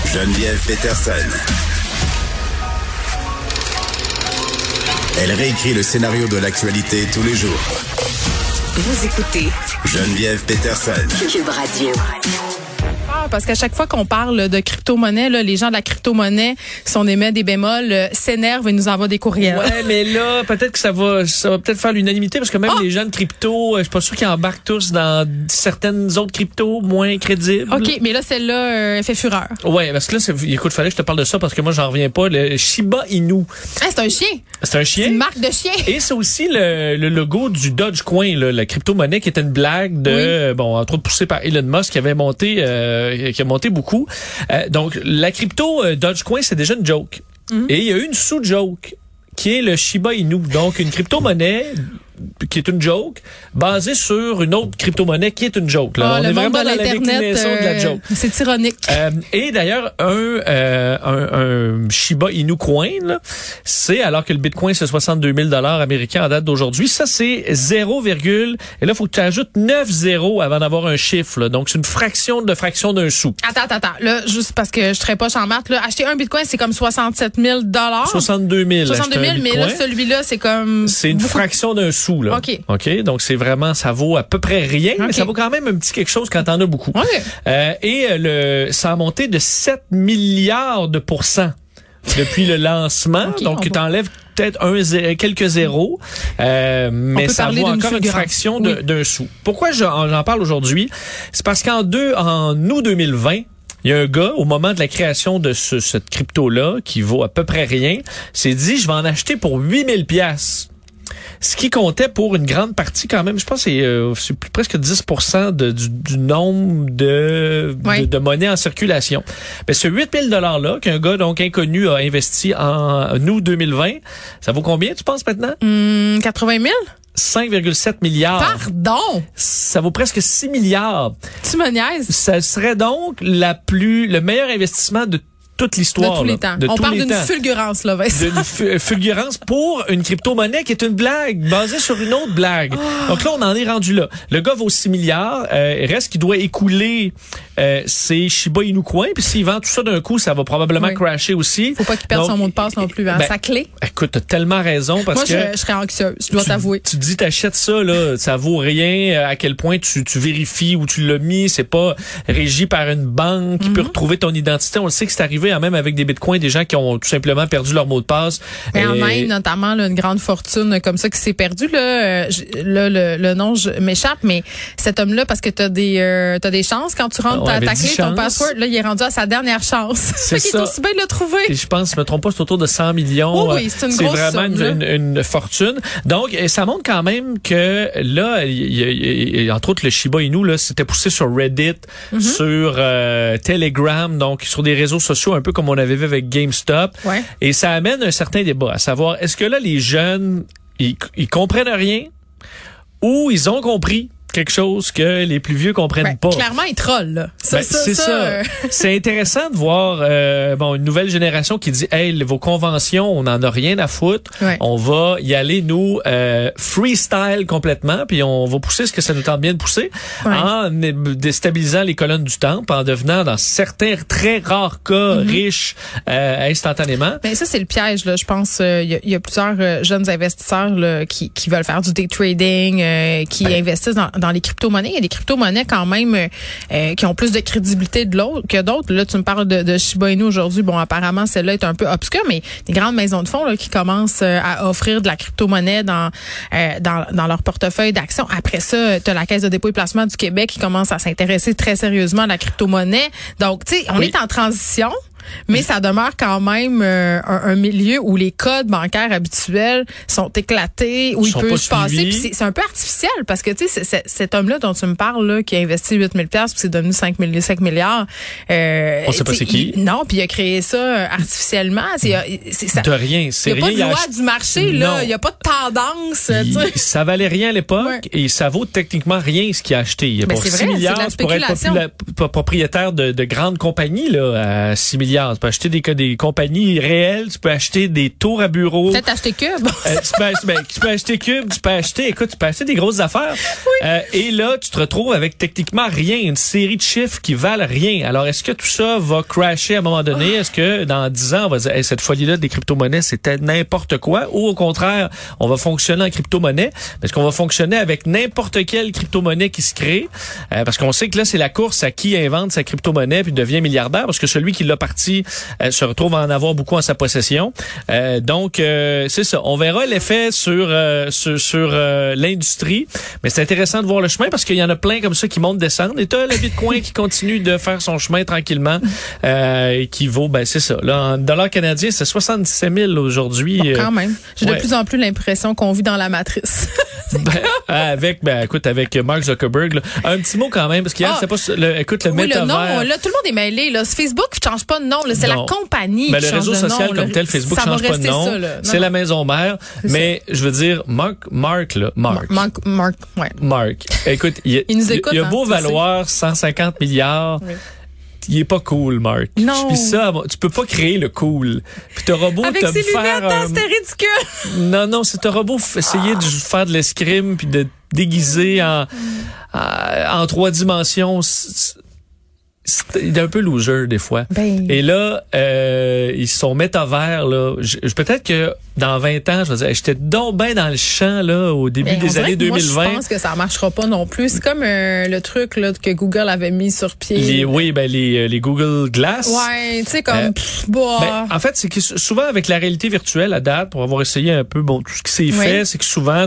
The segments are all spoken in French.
Geneviève Peterson. Elle réécrit le scénario de l'actualité tous les jours. Vous écoutez Geneviève Peterson. Cube Radio. Parce qu'à chaque fois qu'on parle de crypto-monnaie, là, les gens de la crypto-monnaie, si on émet des bémols, s'énervent et nous envoient des courriels. Ouais, mais là, peut-être que ça va peut-être faire l'unanimité parce que même les gens de crypto, je suis pas sûr qu'ils embarquent tous dans certaines autres cryptos moins crédibles. OK, mais là, celle-là, elle fait fureur. Ouais, parce que là, écoute, fallait que je te parle de ça parce que moi, j'en reviens pas. Le Shiba Inu. Ah, c'est un chien. C'est un chien. C'est une marque de chien. Et c'est aussi le logo du Dogecoin, là, la crypto-monnaie qui était une blague de, entre autres poussée par Elon Musk qui avait monté, qui a monté beaucoup. Donc, la crypto Dogecoin, c'est déjà une joke. Et il y a eu une sous-joke qui est le Shiba Inu. Donc, une crypto-monnaie qui est une joke, basée sur une autre crypto-monnaie qui est une joke. Là. On est vraiment dans la déclinaison de la joke. C'est ironique. Et d'ailleurs, un Shiba Inu coin, là, c'est, alors que le Bitcoin, c'est 62 000 $ américains en date d'aujourd'hui, ça, c'est 0, et là, il faut que tu ajoutes 9 zéros avant d'avoir un chiffre. Là. Donc, c'est une fraction d'un sou. Attends. Là, juste parce que je serais pas en maths, là, acheter un Bitcoin, c'est comme 67 000 $. 62 000. 62 000, mais là, celui-là, c'est comme... C'est une fraction d'un sou. Là. OK. Donc, c'est vraiment, ça vaut à peu près rien, mais ça vaut quand même un petit quelque chose quand t'en as beaucoup. Ça a monté de 7 milliards de pourcents depuis le lancement. Donc, t'enlèves peut-être quelques zéros, mais ça vaut encore une fraction d'un sou. Pourquoi j'en parle aujourd'hui? C'est parce qu'en août 2020, il y a un gars, au moment de la création de cette crypto-là, qui vaut à peu près rien, s'est dit, je vais en acheter pour 8 000 $. Ce qui comptait pour une grande partie quand même, je pense que c'est presque 10% du nombre de monnaies en circulation. Mais ce 8 000 $ là qu'un gars donc inconnu a investi en août 2020, ça vaut combien tu penses maintenant? 80 000? 5,7 milliards. Pardon? Ça vaut presque 6 milliards. Tu me niaises? Ça serait donc le meilleur investissement de toute l'histoire. De tous les temps. On parle d'une fulgurance, là, Vincent. D'une fulgurance pour une crypto-monnaie qui est une blague, basée sur une autre blague. Donc là, on en est rendu là. Le gars vaut 6 milliards. Il reste qu'il doit écouler ses Shiba Inu coins. Puis s'il vend tout ça d'un coup, ça va probablement crasher aussi. Faut pas qu'il perde son mot de passe non plus, sa clé. Écoute, t'as tellement raison parce que... Moi, je serais anxieuse, je dois t'avouer. Tu dis, t'achètes ça, là, ça vaut rien. À quel point tu vérifies où tu l'as mis. C'est pas régi par une banque qui peut retrouver ton identité. On le sait que c'est arrivé même avec des bitcoins, des gens qui ont tout simplement perdu leur mot de passe. Et en Inde, notamment, là, une grande fortune comme ça qui s'est perdue. Le nom m'échappe, mais cet homme-là, parce que t'as des chances quand tu rentres ta clé, ton password, là, il est rendu à sa dernière chance. C'est ça. qu'il est aussi bien de le trouver. Et je pense, je me trompe pas, c'est autour de 100 millions. Oui, c'est une grosse vraiment somme, une fortune. Donc, ça montre quand même que là, entre autres, le Shiba Inu, là, c'était poussé sur Reddit, sur Telegram, donc sur des réseaux sociaux, un peu comme on avait vu avec GameStop. Ouais. Et ça amène un certain débat, à savoir, est-ce que là, les jeunes, ils comprennent rien ou ils ont compris quelque chose que les plus vieux comprennent pas. Clairement, ils trollent, là. C'est ça. C'est intéressant de voir une nouvelle génération qui dit, hey, vos conventions, on n'en a rien à foutre. Ouais. On va y aller, nous, freestyle complètement, puis on va pousser ce que ça nous tente bien de pousser, en déstabilisant les colonnes du temple, en devenant, dans certains très rares cas, riches instantanément. Ben ça, c'est le piège, là. Je pense il y a plusieurs jeunes investisseurs là, qui veulent faire du day trading, qui investissent dans les crypto-monnaies. Il y a des crypto-monnaies quand même qui ont plus de crédibilité que d'autres. Là, tu me parles de Shiba Inu aujourd'hui. Bon, apparemment, celle-là est un peu obscure, mais des grandes maisons de fonds là, qui commencent à offrir de la crypto-monnaie dans leur portefeuille d'actions. Après ça, tu as la Caisse de dépôt et placement du Québec qui commence à s'intéresser très sérieusement à la crypto-monnaie. Donc, tu sais, on est en transition. Mais ça demeure quand même un milieu où les codes bancaires habituels sont éclatés, où il peut se passer. Puis c'est un peu artificiel parce que tu sais cet homme-là dont tu me parles là, qui a investi 8 000 $, puis c'est devenu 5 milliards. On sait pas c'est qui. Non, puis il a créé ça artificiellement. De rien, c'est rien. Il n'y a pas de loi du marché là. Il y a pas de tendance. Ça valait rien à l'époque et ça vaut techniquement rien ce qu'il a acheté. Mais pour 6 milliards, pour être propriétaire de grandes compagnies là à 6 milliards. Tu peux acheter des compagnies réelles, tu peux acheter des tours à bureau. Peut-être acheter Cube. Tu peux acheter Cube, tu peux acheter des grosses affaires. Oui. Et là, tu te retrouves avec techniquement rien, une série de chiffres qui valent rien. Alors, est-ce que tout ça va crasher à un moment donné? Est-ce que dans 10 ans, on va dire, hey, cette folie-là des crypto-monnaies, c'était n'importe quoi? Ou au contraire, on va fonctionner en crypto-monnaie? Est-ce qu'on va fonctionner avec n'importe quelle crypto-monnaie qui se crée? Parce qu'on sait que là, c'est la course à qui invente sa crypto-monnaie puis devient milliardaire, parce que celui qui l'a parti se retrouve à en avoir beaucoup en sa possession. Donc, c'est ça. On verra l'effet sur l'industrie, mais c'est intéressant de voir le chemin parce qu'il y en a plein comme ça qui montent, descendent. Et t'as le Bitcoin qui continue de faire son chemin tranquillement et qui vaut, c'est ça. Là, en dollars canadiens, c'est 77 000 aujourd'hui. Bon, quand même. J'ai de plus en plus l'impression qu'on vit dans la matrice. Avec Mark Zuckerberg. Là. Un petit mot quand même, parce qu'hier, c'est pas le métavers. Le nom, là, tout le monde est mêlé. Là. Facebook ne change pas de nom. Là. C'est la compagnie qui change de nom. Le réseau social comme tel, Facebook change pas de nom. C'est la maison mère. Mais je veux dire, Mark. Écoute, il a beau valoir 150 milliards. Oui. Il est pas cool, Mark. Non. Puis ça, tu peux pas créer le cool. Puis t'auras beau avec te ses faire lunettes, c'était ridicule. Non, c'est t'auras beau essayer de faire de l'escrime puis de déguiser en 3 dimensions. Il est un peu loser des fois. Et là, ils sont métavers là. Peut-être que dans 20 ans, je vais dire, j'étais donc bien dans le champ là au début des années 2020. Moi, je pense que ça marchera pas non plus. C'est comme le truc là que Google avait mis sur pied. Les Google Glass. Ouais, tu sais comme. En fait, c'est que souvent avec la réalité virtuelle à date, pour avoir essayé un peu tout ce qui s'est fait, c'est que souvent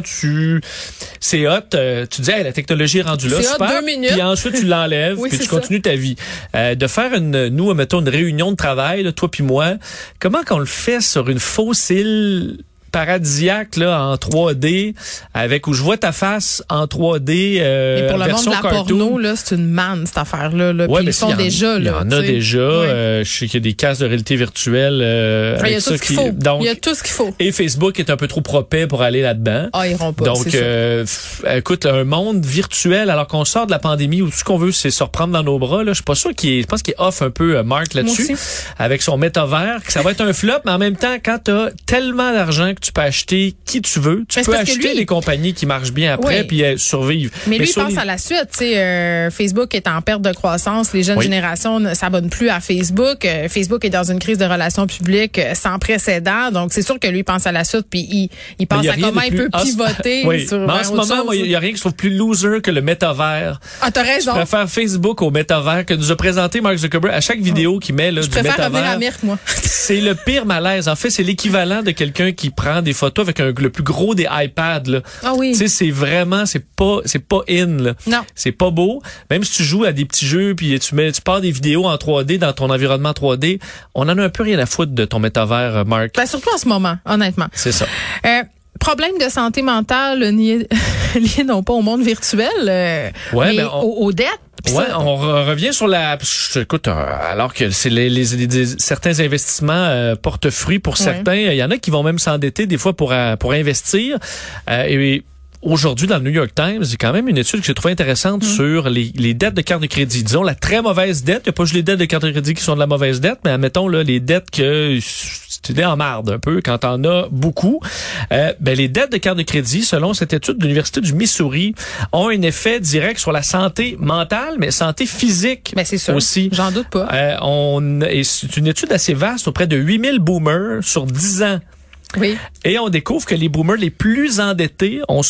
c'est hot. Tu dis la technologie est rendue là, c'est super. Hot, 2 minutes. Puis ensuite tu l'enlèves, puis tu continues ta vie. De faire mettons une réunion de travail, là, toi puis moi, comment qu'on le fait sur une fausse île paradisiaque là en 3D avec où je vois ta face en 3D mais pour le monde de la cartoon. porno là, c'est une manne cette affaire là. Ouais, puis ils font déjà il y en a déjà. Je sais qu'il y a des casques de réalité virtuelle il y a tout ce qu'il faut. Donc, il y a tout ce qu'il faut. Et Facebook est un peu trop propre pour aller là-dedans. Ah, ils iront pas. Donc écoute, un monde virtuel alors qu'on sort de la pandémie où tout ce qu'on veut c'est se reprendre dans nos bras là, je suis pas sûr je pense qu'il off un peu Mark là-dessus avec son métavers, que ça va être un flop, mais en même temps quand tu as tellement d'argent que tu peux acheter qui tu veux. Tu peux acheter des compagnies qui marchent bien après puis survivent. Mais lui, il pense à la suite. Facebook est en perte de croissance. Les jeunes générations ne s'abonnent plus à Facebook. Facebook est dans une crise de relations publiques sans précédent. Donc, c'est sûr que lui, il pense à la suite puis il pense à comment il peut pivoter. Mais en ce moment, il n'y a rien que je trouve plus loser que le métavers. Ah, t'as raison. Je préfère Facebook au métavers que nous a présenté Mark Zuckerberg à chaque vidéo qu'il met là, du métavers. Je préfère revenir à Mirk, moi. C'est le pire malaise. En fait, c'est l'équivalent de quelqu'un qui prend des photos avec le plus gros des iPads là. Ah oui. Tu sais, c'est vraiment c'est pas in là. Non. C'est pas beau. Même si tu joues à des petits jeux puis tu pars des vidéos en 3D dans ton environnement 3D, on en a un peu rien à foutre de ton métavers, Mark. Surtout en ce moment, honnêtement. C'est ça. Problème de santé mentale lié non pas au monde virtuel, mais aux dettes. On revient sur écoute, alors que c'est certains investissements portent fruit pour certains, il y en a qui vont même s'endetter des fois pour investir. Et aujourd'hui, dans le New York Times, il y a quand même une étude que j'ai trouvée intéressante sur les dettes de carte de crédit. Disons, la très mauvaise dette. Il n'y a pas juste les dettes de carte de crédit qui sont de la mauvaise dette, mais admettons là, les dettes que tu es en marde un peu quand t'en as beaucoup. Les dettes de carte de crédit, selon cette étude de l'Université du Missouri, ont un effet direct sur la santé mentale, mais santé physique c'est sûr. Aussi. J'en doute pas. Et c'est une étude assez vaste auprès de 8000 boomers sur 10 ans. Oui. Et on découvre que les boomers les plus endettés ont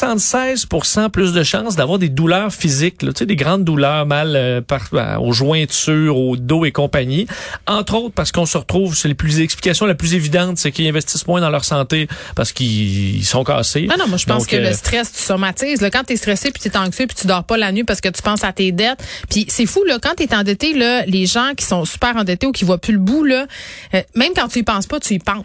76% plus de chances d'avoir des douleurs physiques, là, tu sais, des grandes douleurs mal aux jointures, au dos et compagnie. Entre autres parce qu'on se retrouve, c'est l'explication la plus évidente, c'est qu'ils investissent moins dans leur santé parce qu'ils sont cassés. Ah non, moi je pense que le stress, tu somatises. Là, quand t'es stressé puis t'es anxieux puis tu dors pas la nuit parce que tu penses à tes dettes. Puis c'est fou là, quand t'es endetté là, les gens qui sont super endettés ou qui voient plus le bout là, même quand tu y penses pas, tu y penses.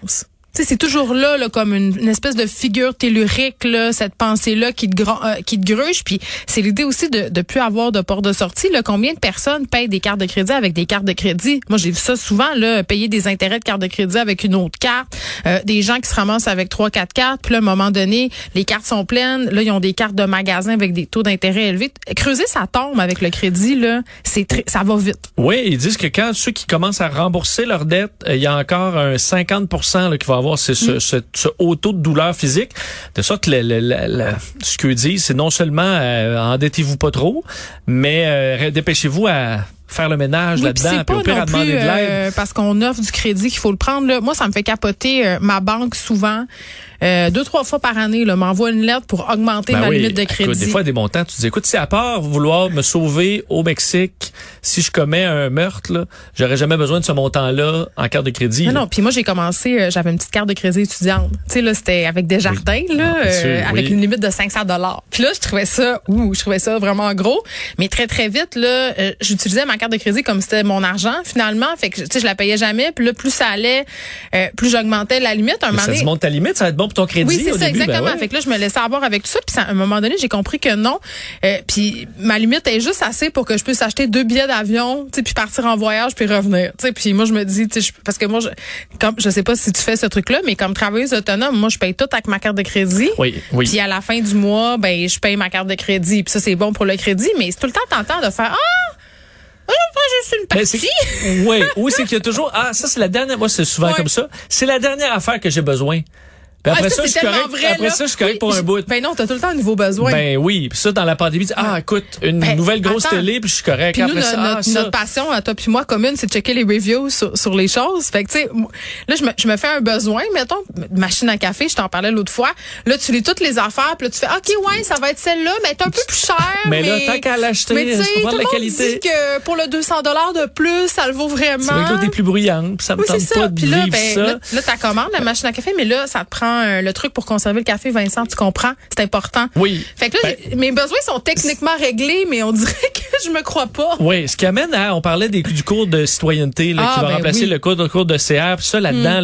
Tu sais, c'est toujours là comme une espèce de figure tellurique, là, cette pensée-là qui te gruge. Puis c'est l'idée aussi de plus avoir de porte de sortie. Là. Combien de personnes payent des cartes de crédit avec des cartes de crédit? Moi, j'ai vu ça souvent, là, payer des intérêts de carte de crédit avec une autre carte. Des gens qui se ramassent avec 3-4 cartes. Puis là, à un moment donné, les cartes sont pleines. Là, ils ont des cartes de magasin avec des taux d'intérêt élevés. Creuser sa tombe avec le crédit, là, ça va vite. Oui, ils disent que quand ceux qui commencent à rembourser leur dette, il y a encore un 50% là, qui va avoir ce haut taux de douleur physique. De sorte que ce qu'eux disent, c'est non seulement endettez-vous pas trop, mais dépêchez-vous à faire le ménage là-dedans, puis au pire à demander de l'aide. Parce qu'on offre du crédit qu'il faut le prendre. Là. Moi, ça me fait capoter ma banque souvent. 2-3 fois par année, là, m'envoie une lettre pour augmenter ma limite de crédit. Écoute, des fois, des montants, tu te dis, écoute, si à part vouloir me sauver au Mexique, si je commets un meurtre, là, j'aurais jamais besoin de ce montant-là en carte de crédit. Non, puis moi, j'ai commencé, j'avais une petite carte de crédit étudiante. Tu sais, là, c'était avec Desjardins, là, avec une limite de $500. Puis là, je trouvais ça vraiment gros. Mais très, très vite, là, j'utilisais ma carte de crédit comme c'était mon argent, finalement. Fait que, tu sais, je la payais jamais. Puis là, plus ça allait, plus j'augmentais la limite. Ça te monte ta limite, ça va être bon pour ton crédit. Oui, c'est ça, début, exactement. Ben ouais. Fait que là, je me laissais avoir avec tout ça. Puis à un moment donné, j'ai compris que non. Puis ma limite est juste assez pour que je puisse acheter 2 billets d'avion, tu sais, puis partir en voyage puis revenir. Tu sais, puis moi, je me dis, tu sais, parce que moi, je sais pas si tu fais ce truc-là, mais comme travailleuse autonome, moi, je paye tout avec ma carte de crédit. Oui. Puis à la fin du mois, ben, je paye ma carte de crédit. Puis ça, c'est bon pour le crédit, mais c'est tout le temps tentant de faire juste une partie. Oui, c'est qu'il y a toujours, ça c'est la dernière, moi c'est souvent comme ça, c'est la dernière affaire que j'ai besoin. Puis après ça, je suis correct. Après ça, je suis correct pour un bout. Ben non, t'as tout le temps un nouveau besoin. Ben oui. Puis ça, dans la pandémie, écoute, une nouvelle grosse télé, puis je suis correct. Puis après nous, notre passion, à toi puis moi, commune, c'est de checker les reviews sur les choses. Fait que, tu sais, là, je me fais un besoin, mettons, machine à café, je t'en parlais l'autre fois. Là, tu lis toutes les affaires, puis là, tu fais, OK, ouais, ça va être celle-là, mais elle est un peu plus chère. Mais là, tant qu'à l'acheter, mais tu sais, tout le monde dit que pour le $200 de plus, ça le vaut vraiment. C'est vrai que là, t'es plus bruyante, puis ça me tente pas de vivre ça. Là, t'as commande la machine à café, mais là, ça te prend le truc pour conserver le café, Vincent, tu comprends? C'est important. Oui. Fait que là, mes besoins sont techniquement réglés, mais on dirait que je me crois pas. Oui, ce qui amène à, on parlait du cours de citoyenneté là, qui va remplacer le cours de CR. Puis ça, là-dedans,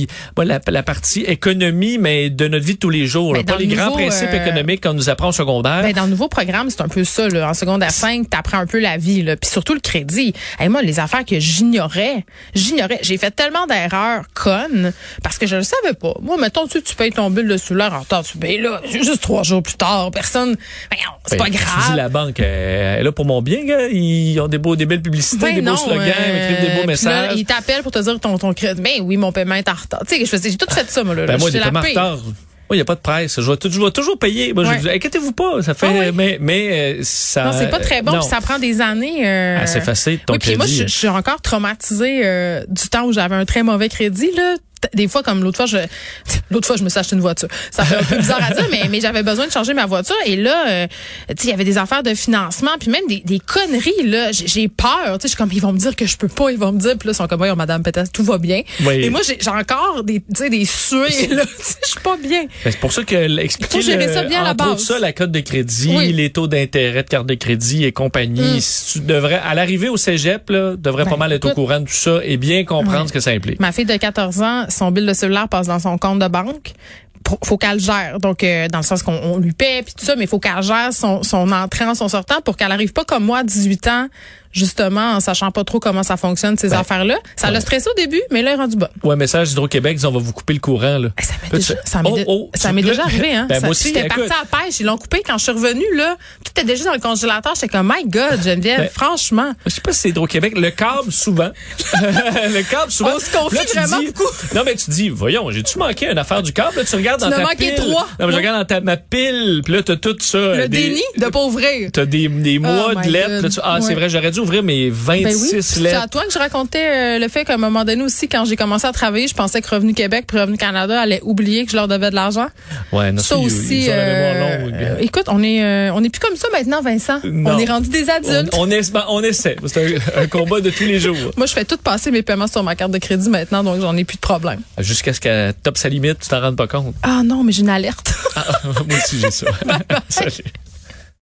là, la partie économie, mais de notre vie de tous les jours. Là, pas les grands principes économiques qu'on nous apprend au secondaire. Ben, dans le nouveau programme, c'est un peu ça. Là. En secondaire 5, t'apprends un peu la vie. Là. Puis surtout le crédit. Et moi, les affaires que j'ignorais. J'ai fait tellement d'erreurs connes parce que je le savais pas. Moi, mettons, tu payes ton bill de soulaire en retard, tu payes là, juste 3 jours plus tard, personne, c'est pas grave. Tu dis la banque, elle est là pour mon bien, gars. Ils ont des belles publicités, des beaux slogans, écrivent des beaux messages. Là, ils t'appellent pour te dire ton crédit. Ben oui, mon paiement est en retard. Tu sais, j'ai tout fait ça, moi, là. Ben moi, des paiements en retard. Oui, il n'y a pas de presse. Je vais toujours payer. Moi, inquiétez-vous pas. Ça fait, mais ça. Non, c'est pas très bon. Puis ça prend des années. À s'effacer ton crédit. Puis moi, je suis encore traumatisée du temps où j'avais un très mauvais crédit, là. Des fois, comme l'autre fois, je me suis acheté une voiture. Ça fait un peu bizarre à dire, mais j'avais besoin de changer ma voiture. Et là, tu sais, il y avait des affaires de financement, puis même des conneries, là. J'ai peur. Tu sais, je suis comme, ils vont me dire que je peux pas, ils vont me dire, puis là, ils sont comme, Madame Pétas, tout va bien. Oui. Et moi, j'ai encore des suées, là. Je suis pas bien. C'est pour ça que expliquer ça bien à la base. Ça, la cote de crédit, les taux d'intérêt de carte de crédit et compagnie. Tu devrais, à l'arrivée au cégep, là, devrais pas mal être au courant de tout ça et bien comprendre ce que ça implique. Ma fille de 14 ans, son bill de cellulaire passe dans son compte de banque. Faut qu'elle gère. Donc, dans le sens qu'on lui paie puis tout ça, mais il faut qu'elle gère son entrant, son sortant pour qu'elle arrive pas comme moi à 18 ans, justement, en sachant pas trop comment ça fonctionne, ces affaires-là. Ça l'a stressé au début, mais là, elle est rendue bonne. Ouais, message d'Hydro-Québec, on va vous couper le courant, là. Ça m'est déjà arrivé, hein. Ben, moi aussi, j'étais partie à la pêche, ils l'ont coupé. Quand je suis revenue, là, tout était déjà dans le congélateur. J'étais comme, my God, Geneviève, franchement. Je sais pas si c'est Hydro-Québec. Le câble, souvent. On se confie vraiment beaucoup. Non, mais tu dis, voyons, j'ai-tu manqué une affaire du câble? Là, tu regardes dans ta pile. 3. Non, mais je regarde dans ma pile, puis là, t'as tout ça. Le déni de pas ouvrir. T'as des mois de lettres. Là, c'est vrai, j'aurais dû ouvrir mes 26 lettres. C'est à toi que je racontais le fait qu'à un moment donné aussi, quand j'ai commencé à travailler, je pensais que Revenu Québec puis Revenu Canada allaient oublier que je leur devais de l'argent. Ouais, non, ça aussi. Écoute, on est plus comme ça maintenant, Vincent. Non. On est rendu des adultes. On essaie. C'est un combat de tous les jours. Moi, je fais tout passer mes paiements sur ma carte de crédit maintenant, donc j'en ai plus de problème. Jusqu'à ce qu'elle top sa limite, tu t'en rendes pas compte. Ah non, mais j'ai une alerte. Moi aussi, j'ai ça. Salut.